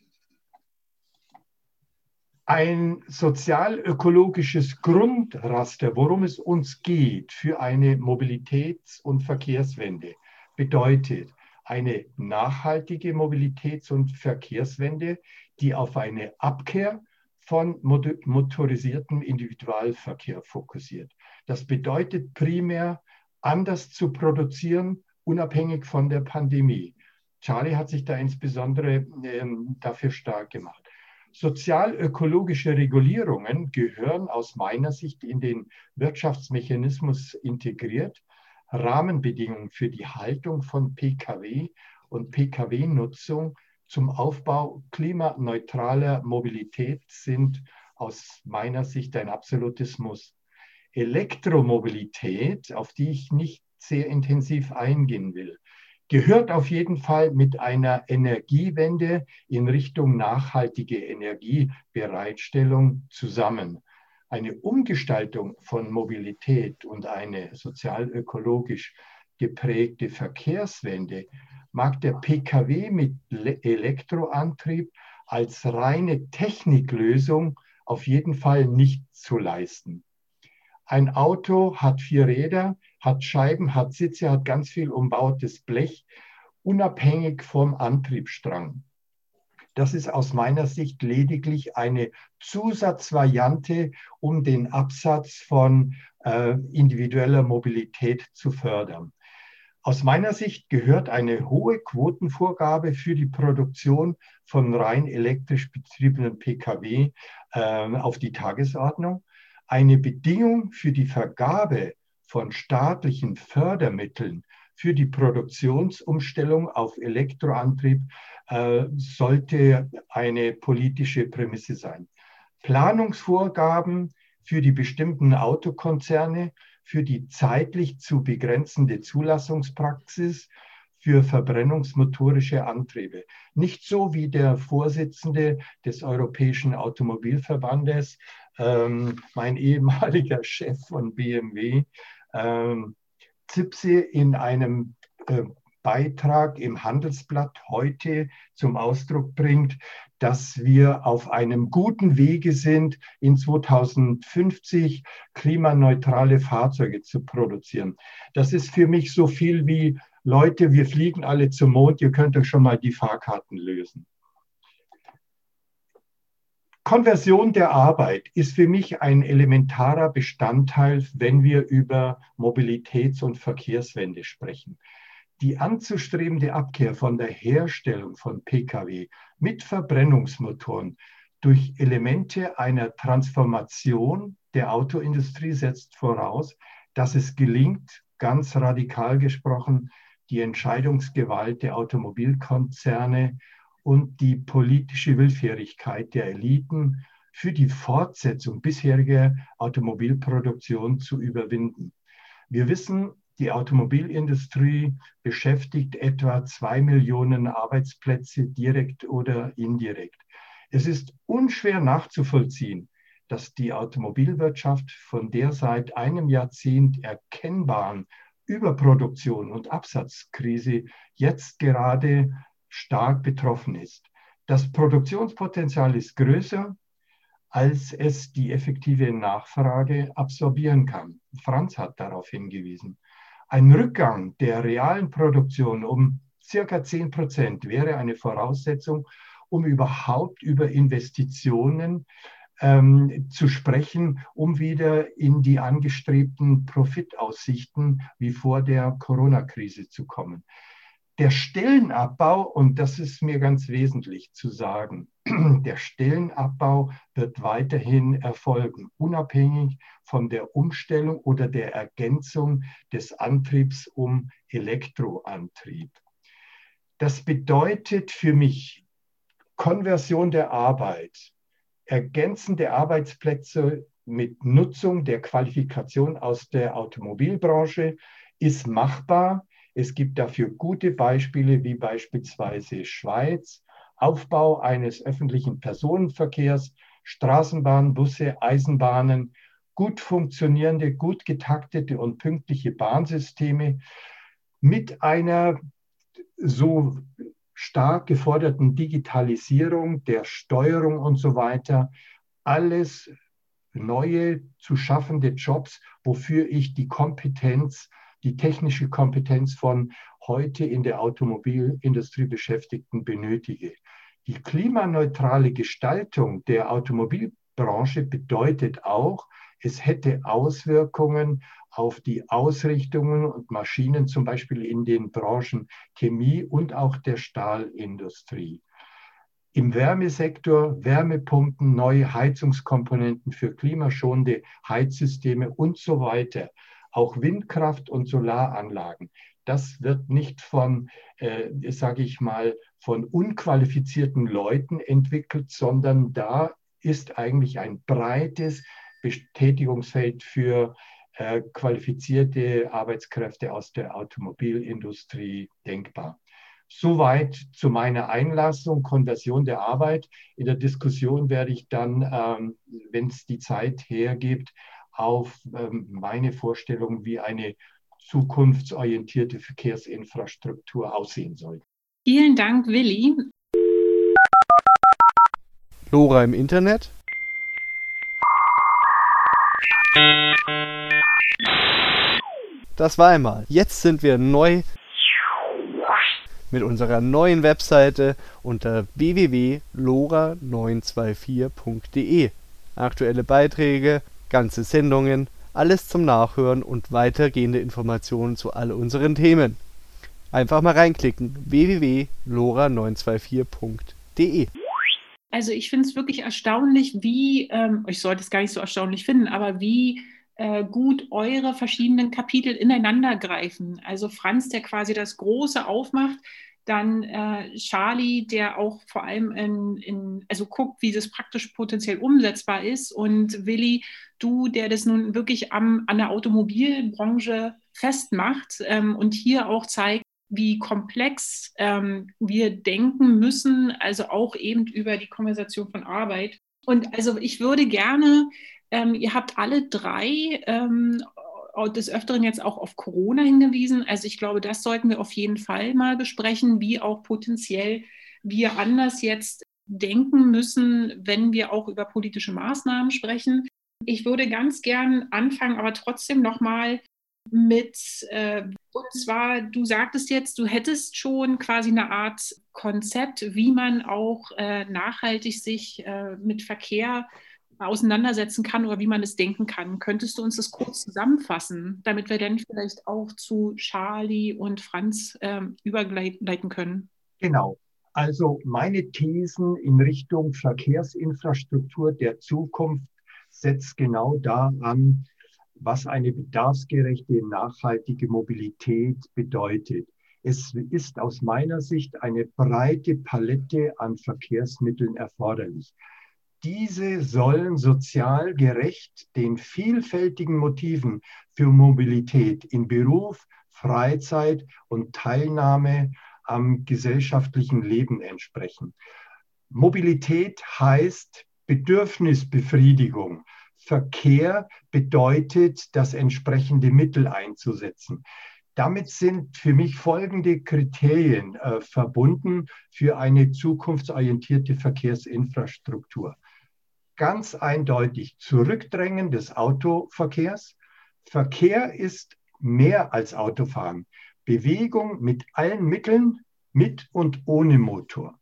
Ein sozial-ökologisches Grundraster, worum es uns geht für eine Mobilitäts- und Verkehrswende, bedeutet eine nachhaltige Mobilitäts- und Verkehrswende, die auf eine Abkehr von motorisiertem Individualverkehr fokussiert. Das bedeutet primär, anders zu produzieren, unabhängig von der Pandemie. Charlie hat sich da insbesondere ähm, dafür stark gemacht. Sozial-ökologische Regulierungen gehören aus meiner Sicht in den Wirtschaftsmechanismus integriert. Rahmenbedingungen für die Haltung von P K W und P K W-Nutzung zum Aufbau klimaneutraler Mobilität sind aus meiner Sicht ein absolutes Muss. Elektromobilität, auf die ich nicht sehr intensiv eingehen will, gehört auf jeden Fall mit einer Energiewende in Richtung nachhaltige Energiebereitstellung zusammen. Eine Umgestaltung von Mobilität und eine sozial-ökologisch geprägte Verkehrswende mag der P K W mit Elektroantrieb als reine Techniklösung auf jeden Fall nicht zu leisten. Ein Auto hat vier Räder, hat Scheiben, hat Sitze, hat ganz viel umbautes Blech, unabhängig vom Antriebsstrang. Das ist aus meiner Sicht lediglich eine Zusatzvariante, um den Absatz von äh, individueller Mobilität zu fördern. Aus meiner Sicht gehört eine hohe Quotenvorgabe für die Produktion von rein elektrisch betriebenen P K W äh, auf die Tagesordnung. Eine Bedingung für die Vergabe von staatlichen Fördermitteln für die Produktionsumstellung auf Elektroantrieb äh, sollte eine politische Prämisse sein. Planungsvorgaben für die bestimmten Autokonzerne, für die zeitlich zu begrenzende Zulassungspraxis für verbrennungsmotorische Antriebe. Nicht so wie der Vorsitzende des Europäischen Automobilverbandes, ähm, mein ehemaliger Chef von B M W, ähm, Zipse in einem äh, Beitrag im Handelsblatt heute zum Ausdruck bringt, dass wir auf einem guten Wege sind, in zweitausendfünfzig klimaneutrale Fahrzeuge zu produzieren. Das ist für mich so viel wie, Leute, wir fliegen alle zum Mond, ihr könnt euch schon mal die Fahrkarten lösen. Konversion der Arbeit ist für mich ein elementarer Bestandteil, wenn wir über Mobilitäts- und Verkehrswende sprechen. Die anzustrebende Abkehr von der Herstellung von P K W mit Verbrennungsmotoren durch Elemente einer Transformation der Autoindustrie setzt voraus, dass es gelingt, ganz radikal gesprochen, die Entscheidungsgewalt der Automobilkonzerne und die politische Willfährigkeit der Eliten für die Fortsetzung bisheriger Automobilproduktion zu überwinden. Wir wissen, Die Automobilindustrie beschäftigt etwa zwei Millionen Arbeitsplätze direkt oder indirekt. Es ist unschwer nachzuvollziehen, dass die Automobilwirtschaft von der seit einem Jahrzehnt erkennbaren Überproduktion und Absatzkrise jetzt gerade stark betroffen ist. Das Produktionspotenzial ist größer, als es die effektive Nachfrage absorbieren kann. Franz hat darauf hingewiesen. Ein Rückgang der realen Produktion um circa zehn Prozent wäre eine Voraussetzung, um überhaupt über Investitionen ähm, zu sprechen, um wieder in die angestrebten Profitaussichten wie vor der Corona-Krise zu kommen. Der Stellenabbau, und das ist mir ganz wesentlich zu sagen, der Stellenabbau wird weiterhin erfolgen, unabhängig von der Umstellung oder der Ergänzung des Antriebs um Elektroantrieb. Das bedeutet für mich Konversion der Arbeit, Ergänzen der Arbeitsplätze mit Nutzung der Qualifikation aus der Automobilbranche ist machbar. Es gibt dafür gute Beispiele, wie beispielsweise Schweiz, Aufbau eines öffentlichen Personenverkehrs, Straßenbahnen, Busse, Eisenbahnen, gut funktionierende, gut getaktete und pünktliche Bahnsysteme mit einer so stark geforderten Digitalisierung der Steuerung und so weiter. Alles neue zu schaffende Jobs, wofür ich die Kompetenz die technische Kompetenz von heute in der Automobilindustrie Beschäftigten benötige. Die klimaneutrale Gestaltung der Automobilbranche bedeutet auch, es hätte Auswirkungen auf die Ausrichtungen und Maschinen, zum Beispiel in den Branchen Chemie und auch der Stahlindustrie. Im Wärmesektor Wärmepumpen, neue Heizungskomponenten für klimaschonende Heizsysteme und so weiter. Auch Windkraft und Solaranlagen. Das wird nicht von, äh, sage ich mal, von unqualifizierten Leuten entwickelt, sondern da ist eigentlich ein breites Betätigungsfeld für äh, qualifizierte Arbeitskräfte aus der Automobilindustrie denkbar. Soweit zu meiner Einlassung, Konversion der Arbeit. In der Diskussion werde ich dann, ähm, wenn es die Zeit hergibt, auf ähm, meine Vorstellung, wie eine zukunftsorientierte Verkehrsinfrastruktur aussehen soll. Vielen Dank, Willi. Lora im Internet. Das war einmal. Jetzt sind wir neu mit unserer neuen Webseite unter w w w punkt lora neun zwei vier punkt de. Aktuelle Beiträge, ganze Sendungen, alles zum Nachhören und weitergehende Informationen zu all unseren Themen. Einfach mal reinklicken, w w w punkt lora neun zwei vier punkt de. Also ich finde es wirklich erstaunlich, wie, ähm, ich sollte es gar nicht so erstaunlich finden, aber wie äh, gut eure verschiedenen Kapitel ineinander greifen. Also Franz, der quasi das Große aufmacht, dann äh, Charlie, der auch vor allem in, in, also guckt, wie das praktisch potenziell umsetzbar ist, und Willi, du, der das nun wirklich am, an der Automobilbranche festmacht ähm, und hier auch zeigt, wie komplex ähm, wir denken müssen, also auch eben über die Konversation von Arbeit. Und also ich würde gerne, ähm, ihr habt alle drei ähm, des Öfteren jetzt auch auf Corona hingewiesen. Also ich glaube, das sollten wir auf jeden Fall mal besprechen, wie auch potenziell wir anders jetzt denken müssen, wenn wir auch über politische Maßnahmen sprechen. Ich würde ganz gern anfangen, aber trotzdem nochmal mit, äh, und zwar, du sagtest jetzt, du hättest schon quasi eine Art Konzept, wie man auch äh, nachhaltig sich äh, mit Verkehr auseinandersetzen kann oder wie man es denken kann. Könntest du uns das kurz zusammenfassen, damit wir dann vielleicht auch zu Charlie und Franz ähm, überleiten können? Genau. Also meine Thesen in Richtung Verkehrsinfrastruktur der Zukunft setzt genau da an, was eine bedarfsgerechte, nachhaltige Mobilität bedeutet. Es ist aus meiner Sicht eine breite Palette an Verkehrsmitteln erforderlich. diese sollen sozial gerecht den vielfältigen Motiven für Mobilität in Beruf, Freizeit und Teilnahme am gesellschaftlichen Leben entsprechen. Mobilität heißt Bedürfnisbefriedigung. Verkehr bedeutet, das entsprechende Mittel einzusetzen. Damit sind für mich folgende Kriterien äh, verbunden für eine zukunftsorientierte Verkehrsinfrastruktur. Ganz eindeutig Zurückdrängen des Autoverkehrs. Verkehr ist mehr als Autofahren. Bewegung mit allen Mitteln, mit und ohne Motor.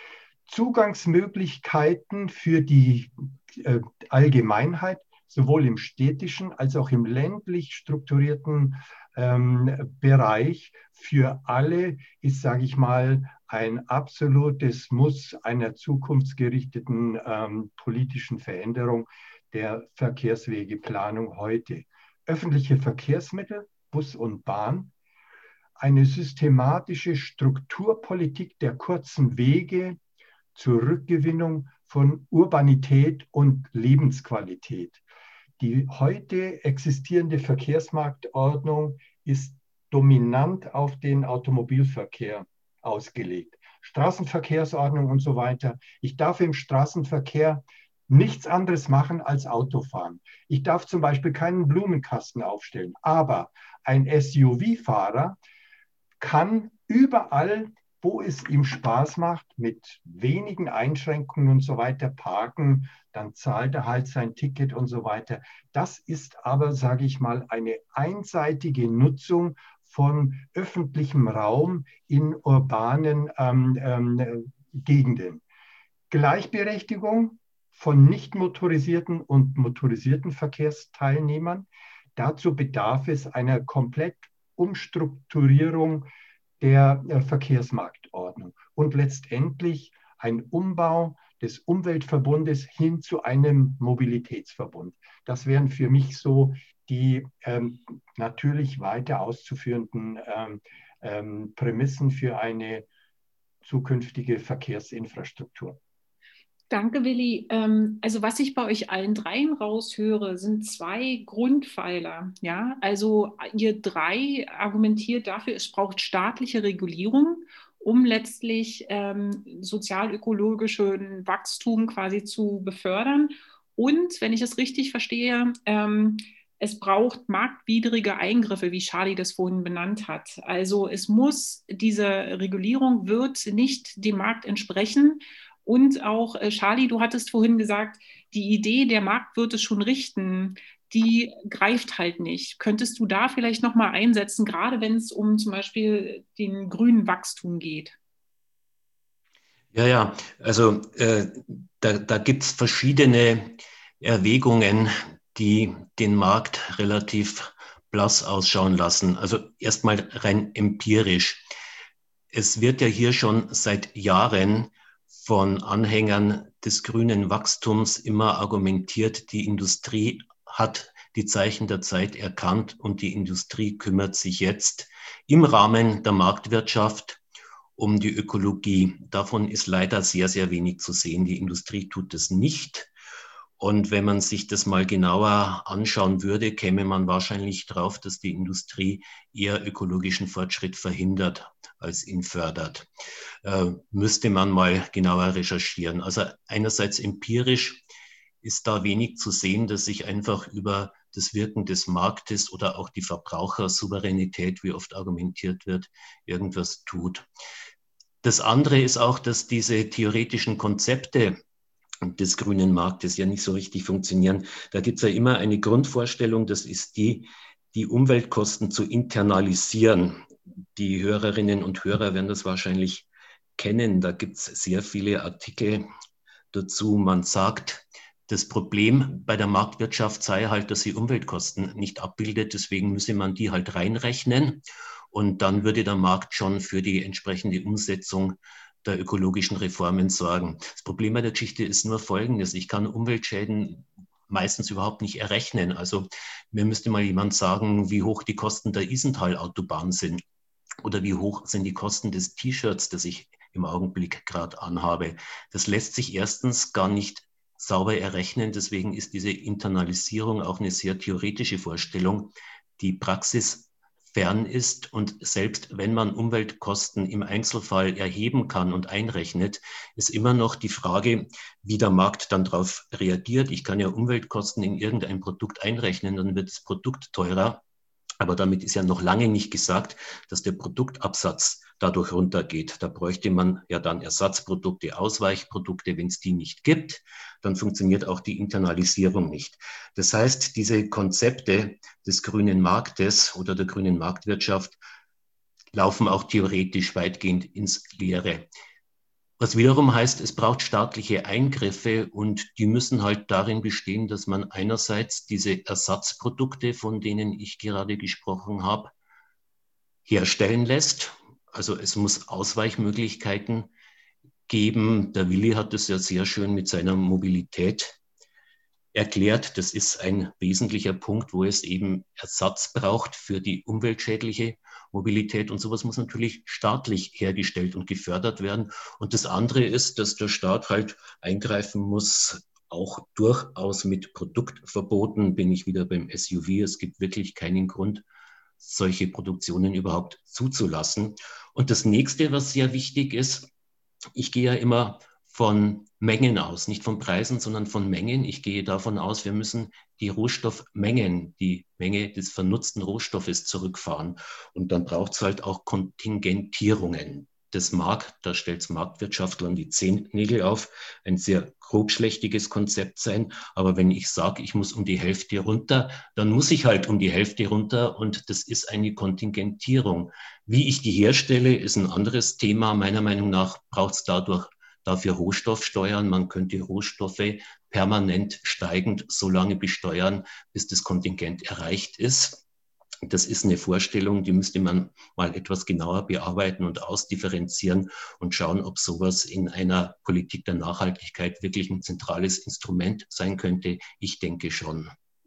Zugangsmöglichkeiten für die äh, Allgemeinheit, sowohl im städtischen als auch im ländlich strukturierten ähm, Bereich für alle ist, sage ich mal, ein absolutes Muss einer zukunftsgerichteten ähm, politischen Veränderung der Verkehrswegeplanung heute. Öffentliche Verkehrsmittel, Bus und Bahn, eine systematische Strukturpolitik der kurzen Wege zur Rückgewinnung von Urbanität und Lebensqualität. Die heute existierende Verkehrsmarktordnung ist dominant auf den Automobilverkehr ausgelegt. Straßenverkehrsordnung und so weiter. Ich darf im Straßenverkehr nichts anderes machen als Autofahren. Ich darf zum Beispiel keinen Blumenkasten aufstellen, aber ein S U V-Fahrer kann überall, wo es ihm Spaß macht, mit wenigen Einschränkungen und so weiter parken, dann zahlt er halt sein Ticket und so weiter. Das ist aber, sage ich mal, eine einseitige Nutzung von öffentlichem Raum in urbanen ähm, ähm, Gegenden. Gleichberechtigung von nicht motorisierten und motorisierten Verkehrsteilnehmern. Dazu bedarf es einer komplett Umstrukturierung der äh, Verkehrsmarktordnung und letztendlich ein Umbau des Umweltverbundes hin zu einem Mobilitätsverbund. Das wären für mich so die ähm, natürlich weiter auszuführenden ähm, ähm, Prämissen für eine zukünftige Verkehrsinfrastruktur. Danke, Willi. Also was ich bei euch allen dreien raushöre, sind zwei Grundpfeiler. Ja? Also ihr drei argumentiert dafür, es braucht staatliche Regulierung, um letztlich ähm, sozial-ökologischen Wachstum quasi zu befördern. Und, wenn ich es richtig verstehe, ähm, es braucht marktwidrige Eingriffe, wie Charlie das vorhin benannt hat. Also es muss, diese Regulierung wird nicht dem Markt entsprechen. Und auch, äh, Charlie, du hattest vorhin gesagt, die Idee, der Markt wird es schon richten, die greift halt nicht. Könntest du da vielleicht nochmal einsetzen, gerade wenn es um zum Beispiel den grünen Wachstum geht? Ja, ja, also äh, da, da gibt es verschiedene Erwägungen, die den Markt relativ blass ausschauen lassen. Also erstmal rein empirisch. Es wird ja hier schon seit Jahren von Anhängern des grünen Wachstums immer argumentiert, die Industrie hat die Zeichen der Zeit erkannt und die Industrie kümmert sich jetzt im Rahmen der Marktwirtschaft um die Ökologie. Davon ist leider sehr, sehr wenig zu sehen. Die Industrie tut es nicht. Und wenn man sich das mal genauer anschauen würde, käme man wahrscheinlich drauf, dass die Industrie eher ökologischen Fortschritt verhindert als ihn fördert. Äh, müsste man mal genauer recherchieren. Also einerseits empirisch ist da wenig zu sehen, dass sich einfach über das Wirken des Marktes oder auch die Verbrauchersouveränität, wie oft argumentiert wird, irgendwas tut. Das andere ist auch, dass diese theoretischen Konzepte des grünen Marktes ja nicht so richtig funktionieren. Da gibt es ja immer eine Grundvorstellung, das ist die, die Umweltkosten zu internalisieren. Die Hörerinnen und Hörer werden das wahrscheinlich kennen. Da gibt es sehr viele Artikel dazu. Man sagt, das Problem bei der Marktwirtschaft sei halt, dass sie Umweltkosten nicht abbildet. Deswegen müsse man die halt reinrechnen. Und dann würde der Markt schon für die entsprechende Umsetzung der ökologischen Reformen sorgen. Das Problem bei der Geschichte ist nur Folgendes. Ich kann Umweltschäden meistens überhaupt nicht errechnen. Also mir müsste mal jemand sagen, wie hoch die Kosten der Isental-Autobahn sind oder wie hoch sind die Kosten des T-Shirts, das ich im Augenblick gerade anhabe. Das lässt sich erstens gar nicht sauber errechnen. Deswegen ist diese Internalisierung auch eine sehr theoretische Vorstellung, die praxisfern ist. Und selbst wenn man Umweltkosten im Einzelfall erheben kann und einrechnet, ist immer noch die Frage, wie der Markt dann darauf reagiert. Ich kann ja Umweltkosten in irgendein Produkt einrechnen, dann wird das Produkt teurer. Aber damit ist ja noch lange nicht gesagt, dass der Produktabsatz dadurch runtergeht. Da bräuchte man ja dann Ersatzprodukte, Ausweichprodukte. Wenn es die nicht gibt, dann funktioniert auch die Internalisierung nicht. Das heißt, diese Konzepte des grünen Marktes oder der grünen Marktwirtschaft laufen auch theoretisch weitgehend ins Leere. Was wiederum heißt, es braucht staatliche Eingriffe und die müssen halt darin bestehen, dass man einerseits diese Ersatzprodukte, von denen ich gerade gesprochen habe, herstellen lässt. Also es muss Ausweichmöglichkeiten geben. Der Willi hat das ja sehr schön mit seiner Mobilität erklärt. Das ist ein wesentlicher Punkt, wo es eben Ersatz braucht für die umweltschädliche Mobilität. Und sowas muss natürlich staatlich hergestellt und gefördert werden. Und das andere ist, dass der Staat halt eingreifen muss, auch durchaus mit Produktverboten. Bin ich wieder beim S U V. Es gibt wirklich keinen Grund, solche Produktionen überhaupt zuzulassen. Und das nächste, was sehr wichtig ist, ich gehe ja immer von Mengen aus, nicht von Preisen, sondern von Mengen. Ich gehe davon aus, wir müssen die Rohstoffmengen, die Menge des vernutzten Rohstoffes zurückfahren. Und dann braucht es halt auch Kontingentierungen. Das mag, da stellt es Marktwirtschaftlern die Zehennägel auf, ein sehr grobschlächtiges Konzept sein. Aber wenn ich sage, ich muss um die Hälfte runter, dann muss ich halt um die Hälfte runter und das ist eine Kontingentierung. Wie ich die herstelle, ist ein anderes Thema. Meiner Meinung nach braucht es dadurch dafür Rohstoffsteuern. Man könnte Rohstoffe permanent steigend so lange besteuern, bis das Kontingent erreicht ist. Das ist eine Vorstellung, die müsste man mal etwas genauer bearbeiten und ausdifferenzieren und schauen, ob sowas in einer Politik der Nachhaltigkeit wirklich ein zentrales Instrument sein könnte. Ich denke schon.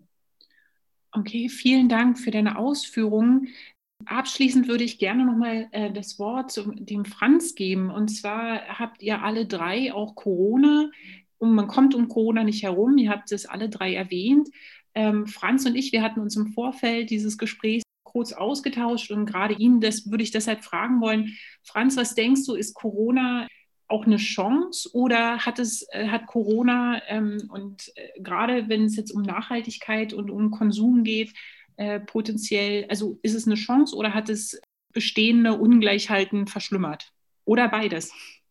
Okay, vielen Dank für deine Ausführungen. Abschließend würde ich gerne nochmal äh, das Wort zu dem Franz geben. Und zwar habt ihr alle drei auch Corona. Und man kommt um Corona nicht herum. Ihr habt es alle drei erwähnt. Ähm, Franz und ich, wir hatten uns im Vorfeld dieses Gesprächs kurz ausgetauscht. Und gerade ihn, das würde ich deshalb fragen wollen. Franz, was denkst du, ist Corona auch eine Chance oder hat es äh, hat Corona ähm, und äh, gerade wenn es jetzt um Nachhaltigkeit und um Konsum geht, Äh, potenziell, also ist es eine Chance oder hat es bestehende Ungleichheiten verschlimmert? Oder beides?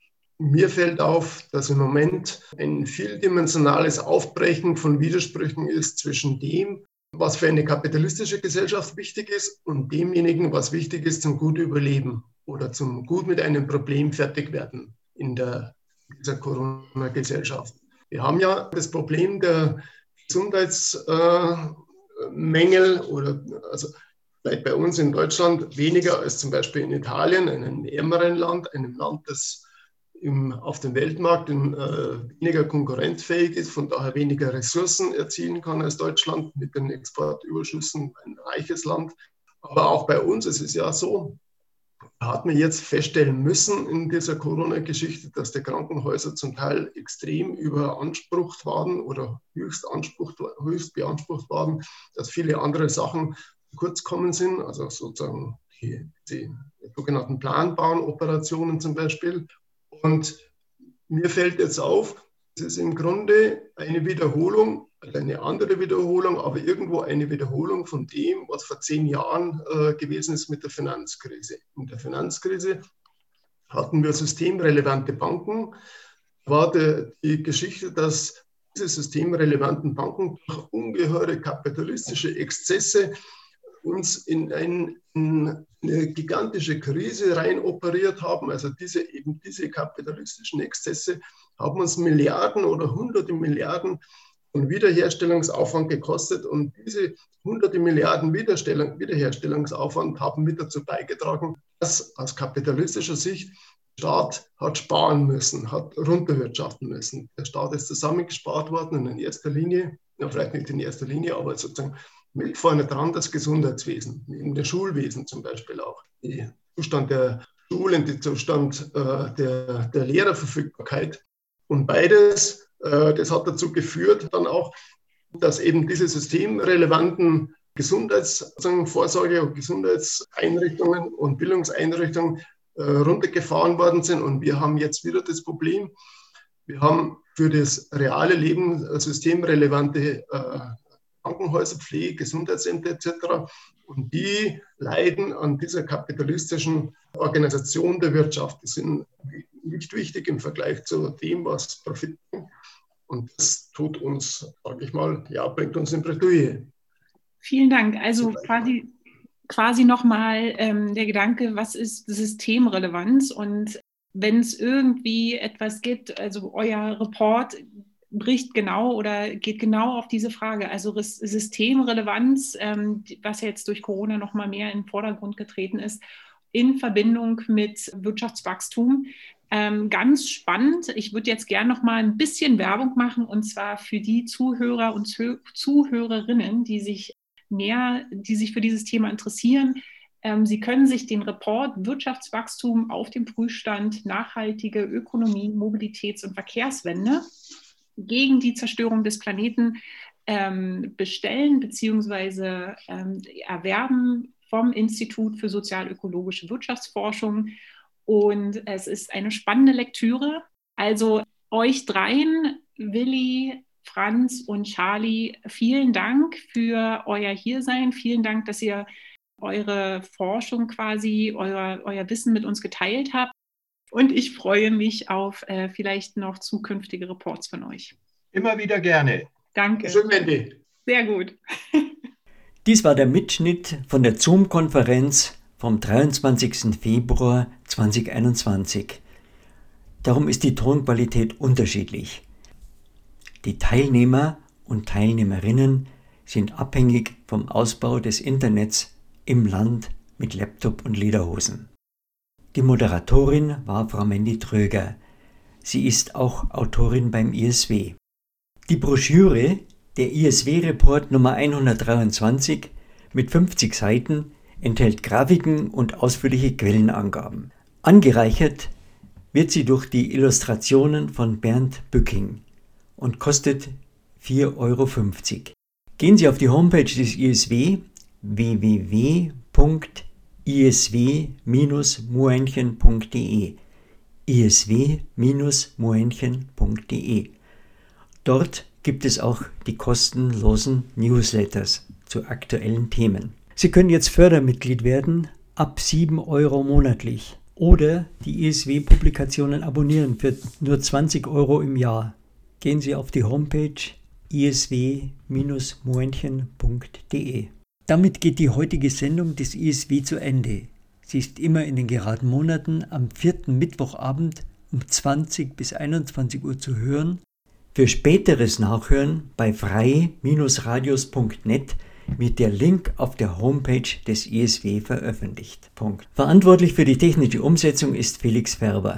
Mir fällt auf, dass im Moment ein vieldimensionales Aufbrechen von Widersprüchen ist zwischen dem, was für eine kapitalistische Gesellschaft wichtig ist und demjenigen, was wichtig ist zum guten Überleben oder zum gut mit einem Problem fertig werden in der, dieser Corona-Gesellschaft. Wir haben ja das Problem der Gesundheits- äh, Mängel oder also vielleicht bei uns in Deutschland weniger als zum Beispiel in Italien, einem ärmeren Land, einem Land, das im, auf dem Weltmarkt in, äh, weniger konkurrenzfähig ist, von daher weniger Ressourcen erzielen kann als Deutschland mit den Exportüberschüssen, ein reiches Land. Aber auch bei uns ist es ja so, hat man jetzt feststellen müssen in dieser Corona-Geschichte, dass die Krankenhäuser zum Teil extrem überansprucht waren oder höchst, ansprucht, höchst beansprucht waren, dass viele andere Sachen kurz kommen sind, also sozusagen die, die sogenannten Planbauoperationen zum Beispiel. Und mir fällt jetzt auf, es ist im Grunde eine Wiederholung, eine andere Wiederholung, aber irgendwo eine Wiederholung von dem, was vor zehn Jahren äh, gewesen ist mit der Finanzkrise. In der Finanzkrise hatten wir systemrelevante Banken. War der, die Geschichte, dass diese systemrelevanten Banken durch ungeheure kapitalistische Exzesse uns in, ein, in eine gigantische Krise rein operiert haben. Also diese, eben diese kapitalistischen Exzesse haben uns Milliarden oder hunderte Milliarden von Wiederherstellungsaufwand gekostet. Und diese hunderte Milliarden Wiederherstellungsaufwand haben mit dazu beigetragen, dass aus kapitalistischer Sicht der Staat hat sparen müssen, hat runterwirtschaften müssen. Der Staat ist zusammengespart worden in erster Linie, ja, vielleicht nicht in erster Linie, aber sozusagen mit vorne dran das Gesundheitswesen, neben dem Schulwesen zum Beispiel auch. Der Zustand der Schulen, der Zustand äh, der, der Lehrerverfügbarkeit. Und beides Das hat dazu geführt dann auch, dass eben diese systemrelevanten Gesundheitsvorsorge und Gesundheitseinrichtungen und Bildungseinrichtungen runtergefahren worden sind. Und wir haben jetzt wieder das Problem, wir haben für das reale Leben systemrelevante äh, Krankenhäuser, Pflege, Gesundheitsämter et cetera. Und die leiden an dieser kapitalistischen Organisation der Wirtschaft. Die sind nicht wichtig im Vergleich zu dem, was Profit bringt. Und das tut uns, sage ich mal, ja, bringt uns in Bredouille. Vielen Dank. Also quasi, quasi nochmal ähm, der Gedanke, was ist Systemrelevanz? Und wenn es irgendwie etwas gibt, also euer Report bricht genau oder geht genau auf diese Frage, also Systemrelevanz, ähm, was jetzt durch Corona noch mal mehr in den Vordergrund getreten ist, in Verbindung mit Wirtschaftswachstum. Ähm, ganz spannend. Ich würde jetzt gerne noch mal ein bisschen Werbung machen, und zwar für die Zuhörer und Zuh- Zuhörerinnen, die sich mehr, die sich für dieses Thema interessieren. Ähm, Sie können sich den Report Wirtschaftswachstum auf dem Prüfstand nachhaltige Ökonomie, Mobilitäts- und Verkehrswende gegen die Zerstörung des Planeten ähm, bestellen bzw. Ähm, erwerben vom Institut für sozial-ökologische Wirtschaftsforschung. Und es ist eine spannende Lektüre. Also euch dreien, Willi, Franz und Charlie, vielen Dank für euer Hiersein. Vielen Dank, dass ihr eure Forschung quasi, euer, euer Wissen mit uns geteilt habt. Und ich freue mich auf äh, vielleicht noch zukünftige Reports von euch. Immer wieder gerne. Danke. Schön, Wendy. Sehr gut. Dies war der Mitschnitt von der Zoom-Konferenz vom dreiundzwanzigsten Februar zweitausendeinundzwanzig. Darum ist die Tonqualität unterschiedlich. Die Teilnehmer und Teilnehmerinnen sind abhängig vom Ausbau des Internets im Land mit Laptop und Lederhosen. Die Moderatorin war Frau Mandy Tröger. Sie ist auch Autorin beim I S W. Die Broschüre, der I S W-Report Nummer hundertdreiundzwanzig mit fünfzig Seiten, enthält Grafiken und ausführliche Quellenangaben. Angereichert wird sie durch die Illustrationen von Bernd Bücking und kostet vier Euro fünfzig. Gehen Sie auf die Homepage des I S W w w w punkt i s w dash moenchen punkt d e i s w dash moenchen punkt d e. Dort gibt es auch die kostenlosen Newsletters zu aktuellen Themen. Sie können jetzt Fördermitglied werden, ab sieben Euro monatlich, oder die I S W-Publikationen abonnieren für nur zwanzig Euro im Jahr. Gehen Sie auf die Homepage i s w dash moenchen punkt d e. Damit geht die heutige Sendung des I S W zu Ende. Sie ist immer in den geraden Monaten am vierten Mittwochabend um zwanzig bis einundzwanzig Uhr zu hören. Für späteres Nachhören bei frei Bindestrich radios punkt net wird der Link auf der Homepage des I S W veröffentlicht. Punkt. Verantwortlich für die technische Umsetzung ist Felix Färber.